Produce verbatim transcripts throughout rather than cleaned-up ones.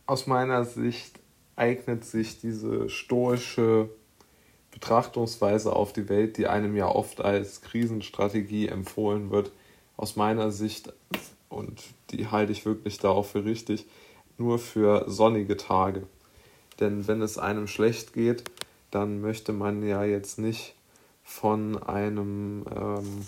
Aus meiner Sicht eignet sich diese stoische Betrachtungsweise auf die Welt, die einem ja oft als Krisenstrategie empfohlen wird, aus meiner Sicht, und die halte ich wirklich da auch für richtig, nur für sonnige Tage. Denn wenn es einem schlecht geht, dann möchte man ja jetzt nicht von einem, ähm,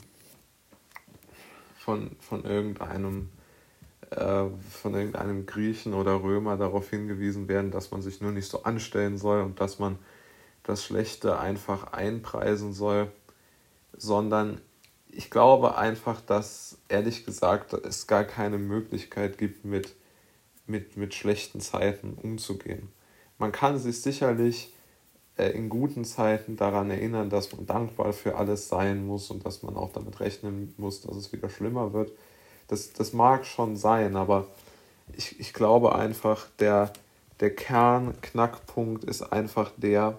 von, von irgendeinem, äh, von irgendeinem Griechen oder Römer darauf hingewiesen werden, dass man sich nur nicht so anstellen soll und dass man das Schlechte einfach einpreisen soll, sondern ich glaube einfach, dass ehrlich gesagt es gar keine Möglichkeit gibt, mit, mit, mit schlechten Zeiten umzugehen. Man kann sich sicherlich äh, in guten Zeiten daran erinnern, dass man dankbar für alles sein muss und dass man auch damit rechnen muss, dass es wieder schlimmer wird. Das, das mag schon sein, aber ich, ich glaube einfach, der, der Kernknackpunkt ist einfach der,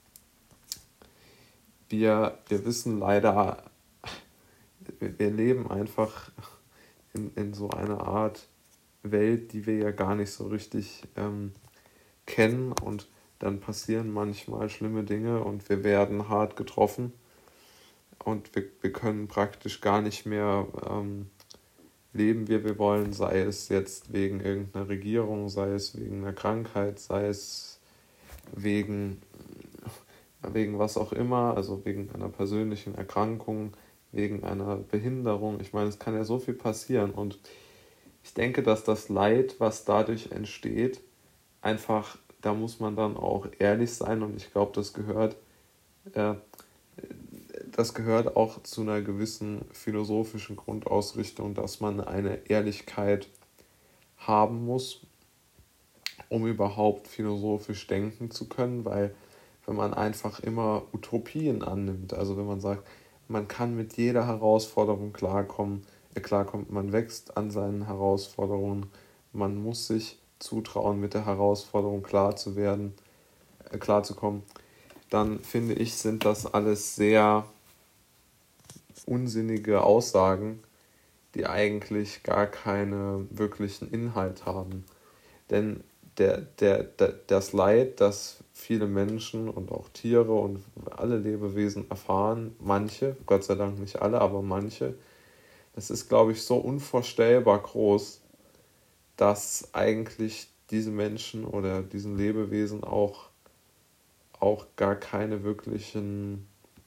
wir, wir wissen leider, wir, wir leben einfach in, in so einer Art Welt, die wir ja gar nicht so richtig ähm, kennen, und dann passieren manchmal schlimme Dinge und wir werden hart getroffen und wir, wir können praktisch gar nicht mehr ähm, leben, wie wir wollen, sei es jetzt wegen irgendeiner Regierung, sei es wegen einer Krankheit, sei es wegen, wegen was auch immer, also wegen einer persönlichen Erkrankung, wegen einer Behinderung. Ich meine, es kann ja so viel passieren, und ich denke, dass das Leid, was dadurch entsteht, einfach, da muss man dann auch ehrlich sein, und ich glaube, das gehört, äh, das gehört auch zu einer gewissen philosophischen Grundausrichtung, dass man eine Ehrlichkeit haben muss, um überhaupt philosophisch denken zu können, weil wenn man einfach immer Utopien annimmt, also wenn man sagt, man kann mit jeder Herausforderung klarkommen, äh, klarkommt, man wächst an seinen Herausforderungen, man muss sich zutrauen, mit der Herausforderung klar zu werden, äh, klarzukommen, dann finde ich, sind das alles sehr unsinnige Aussagen, die eigentlich gar keinen wirklichen Inhalt haben. Denn der, der, der, das Leid, das viele Menschen und auch Tiere und alle Lebewesen erfahren, manche, Gott sei Dank nicht alle, aber manche, das ist, glaube ich, so unvorstellbar groß, dass eigentlich diese Menschen oder diesen Lebewesen auch, auch gar keine wirklichen,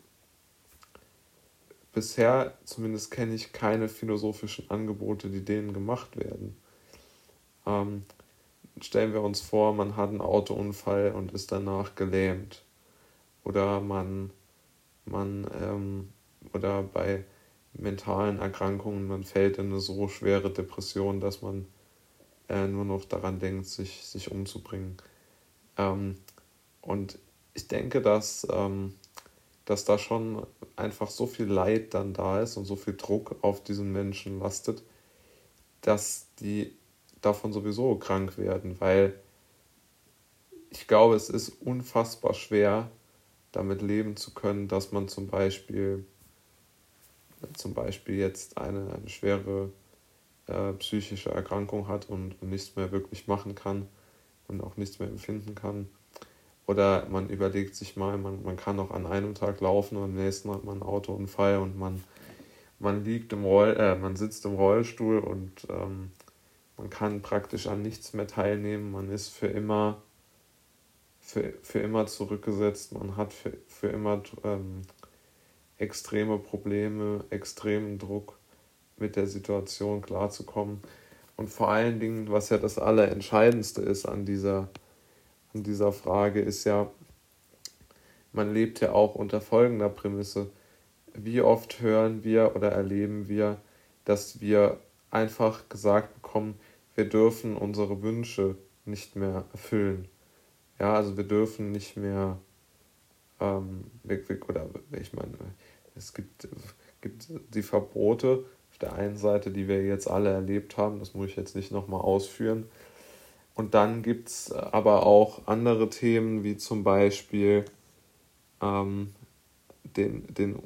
bisher zumindest kenne ich keine philosophischen Angebote, die denen gemacht werden. Ähm, Stellen wir uns vor, man hat einen Autounfall und ist danach gelähmt. Oder man, man ähm, oder bei mentalen Erkrankungen, man fällt in eine so schwere Depression, dass man äh, nur noch daran denkt, sich, sich umzubringen. Ähm, und ich denke, dass, ähm, dass da schon einfach so viel Leid dann da ist und so viel Druck auf diesen Menschen lastet, dass die davon sowieso krank werden, weil ich glaube, es ist unfassbar schwer, damit leben zu können, dass man zum Beispiel, zum Beispiel jetzt eine, eine schwere äh, psychische Erkrankung hat und, und nichts mehr wirklich machen kann und auch nichts mehr empfinden kann. Oder man überlegt sich mal, man, man kann noch an einem Tag laufen und am nächsten hat man einen Autounfall und man, man liegt im Roll, äh, man sitzt im Rollstuhl und ähm, man kann praktisch an nichts mehr teilnehmen. Man ist für immer, für, für immer zurückgesetzt. Man hat für, für immer ähm, extreme Probleme, extremen Druck, mit der Situation klarzukommen. Und vor allen Dingen, was ja das Allerentscheidendste ist an dieser, an dieser Frage, ist ja, man lebt ja auch unter folgender Prämisse. Wie oft hören wir oder erleben wir, dass wir einfach gesagt bekommen, wir dürfen unsere Wünsche nicht mehr erfüllen. Ja, also wir dürfen nicht mehr, ähm, oder ich meine, es gibt, gibt die Verbote auf der einen Seite, die wir jetzt alle erlebt haben, das muss ich jetzt nicht nochmal ausführen. Und dann gibt es aber auch andere Themen, wie zum Beispiel ähm, den, den,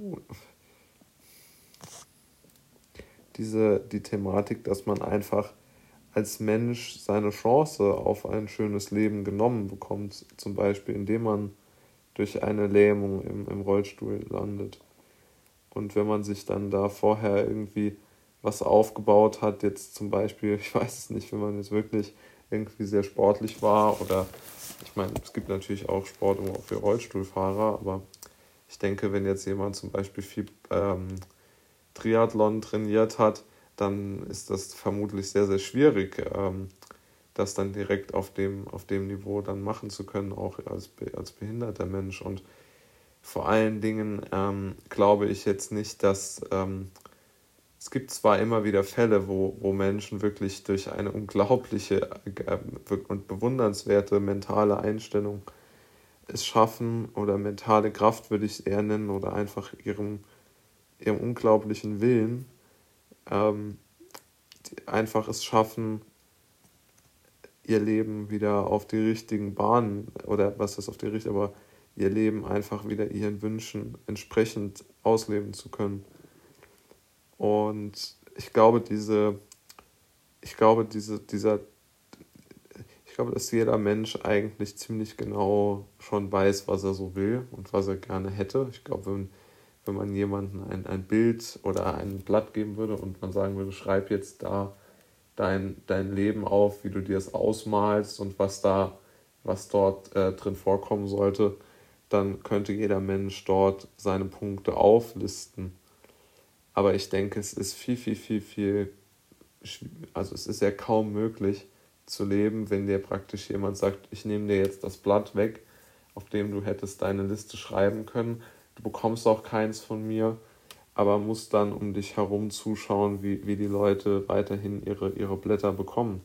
diese, die Thematik, dass man einfach als Mensch seine Chance auf ein schönes Leben genommen bekommt, zum Beispiel indem man durch eine Lähmung im, im Rollstuhl landet. Und wenn man sich dann da vorher irgendwie was aufgebaut hat, jetzt zum Beispiel, ich weiß es nicht, wenn man jetzt wirklich irgendwie sehr sportlich war oder, ich meine, es gibt natürlich auch Sport auch für Rollstuhlfahrer, aber ich denke, wenn jetzt jemand zum Beispiel viel ähm, Triathlon trainiert hat, dann ist das vermutlich sehr, sehr schwierig, ähm, das dann direkt auf dem, auf dem Niveau dann machen zu können, auch als, als behinderter Mensch. Und vor allen Dingen ähm, glaube ich jetzt nicht, dass ähm, es gibt zwar immer wieder Fälle, wo, wo Menschen wirklich durch eine unglaubliche äh, und bewundernswerte mentale Einstellung es schaffen, oder mentale Kraft würde ich es eher nennen, oder einfach ihrem, ihrem unglaublichen Willen, ähm, einfach es schaffen, ihr Leben wieder auf die richtigen Bahnen, oder was ist auf die richtigen, aber ihr Leben einfach wieder ihren Wünschen entsprechend ausleben zu können. Und ich glaube, diese, ich glaube, diese, dieser, ich glaube, dass jeder Mensch eigentlich ziemlich genau schon weiß, was er so will und was er gerne hätte. Ich glaube, wenn, wenn man jemandem ein, ein Bild oder ein Blatt geben würde und man sagen würde, schreib jetzt da dein, dein Leben auf, wie du dir es ausmalst und was da, was dort äh, drin vorkommen sollte, dann könnte jeder Mensch dort seine Punkte auflisten. Aber ich denke, es ist viel, viel, viel, viel, also es ist ja kaum möglich zu leben, wenn dir praktisch jemand sagt, ich nehme dir jetzt das Blatt weg, auf dem du hättest deine Liste schreiben können. Du bekommst auch keins von mir, aber musst dann um dich herum zuschauen, wie, wie die Leute weiterhin ihre, ihre Blätter bekommen.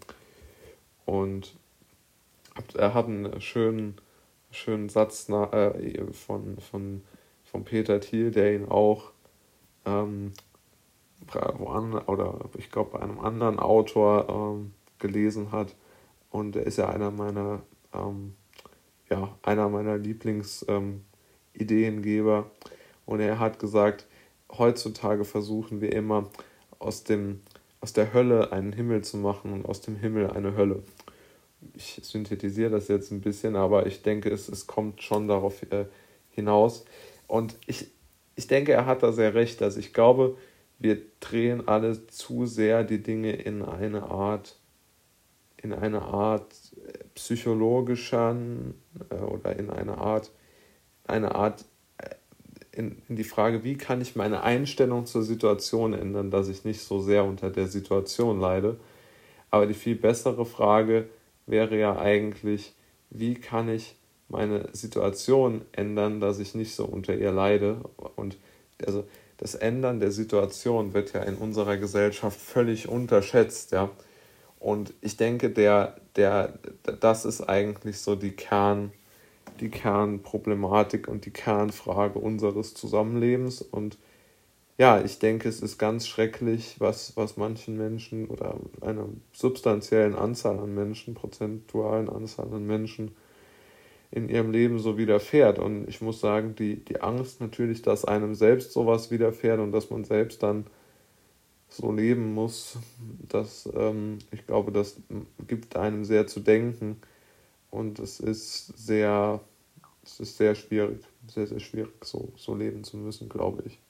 Und er hat einen schönen, schönen Satz na, äh, von, von, von Peter Thiel, der ihn auch ähm, woanders, oder ich glaube bei einem anderen Autor ähm, gelesen hat. Und er ist ja einer meiner, ähm, ja, einer meiner Lieblings-Ideengeber. Ähm, und er hat gesagt, heutzutage versuchen wir immer aus, dem, aus der Hölle einen Himmel zu machen und aus dem Himmel eine Hölle. Ich synthetisiere das jetzt ein bisschen, aber ich denke, es, es kommt schon darauf äh, hinaus. Und ich, ich denke, er hat da sehr recht. Also ich glaube, wir drehen alle zu sehr die Dinge in eine Art, in eine Art psychologischen äh, oder in eine Art, eine Art äh, in, in die Frage, wie kann ich meine Einstellung zur Situation ändern, dass ich nicht so sehr unter der Situation leide. Aber die viel bessere Frage wäre ja eigentlich, wie kann ich meine Situation ändern, dass ich nicht so unter ihr leide. Und also das Ändern der Situation wird ja in unserer Gesellschaft völlig unterschätzt, ja. Und ich denke, der, der, das ist eigentlich so die Kern, die Kernproblematik und die Kernfrage unseres Zusammenlebens. Und ja, ich denke, es ist ganz schrecklich, was, was manchen Menschen oder einer substanziellen Anzahl an Menschen, prozentualen Anzahl an Menschen in ihrem Leben so widerfährt. Und ich muss sagen, die, die Angst natürlich, dass einem selbst sowas widerfährt und dass man selbst dann so leben muss, das, ähm, ich glaube, das gibt einem sehr zu denken. Und es ist sehr, es ist sehr schwierig, sehr, sehr schwierig, so, so leben zu müssen, glaube ich.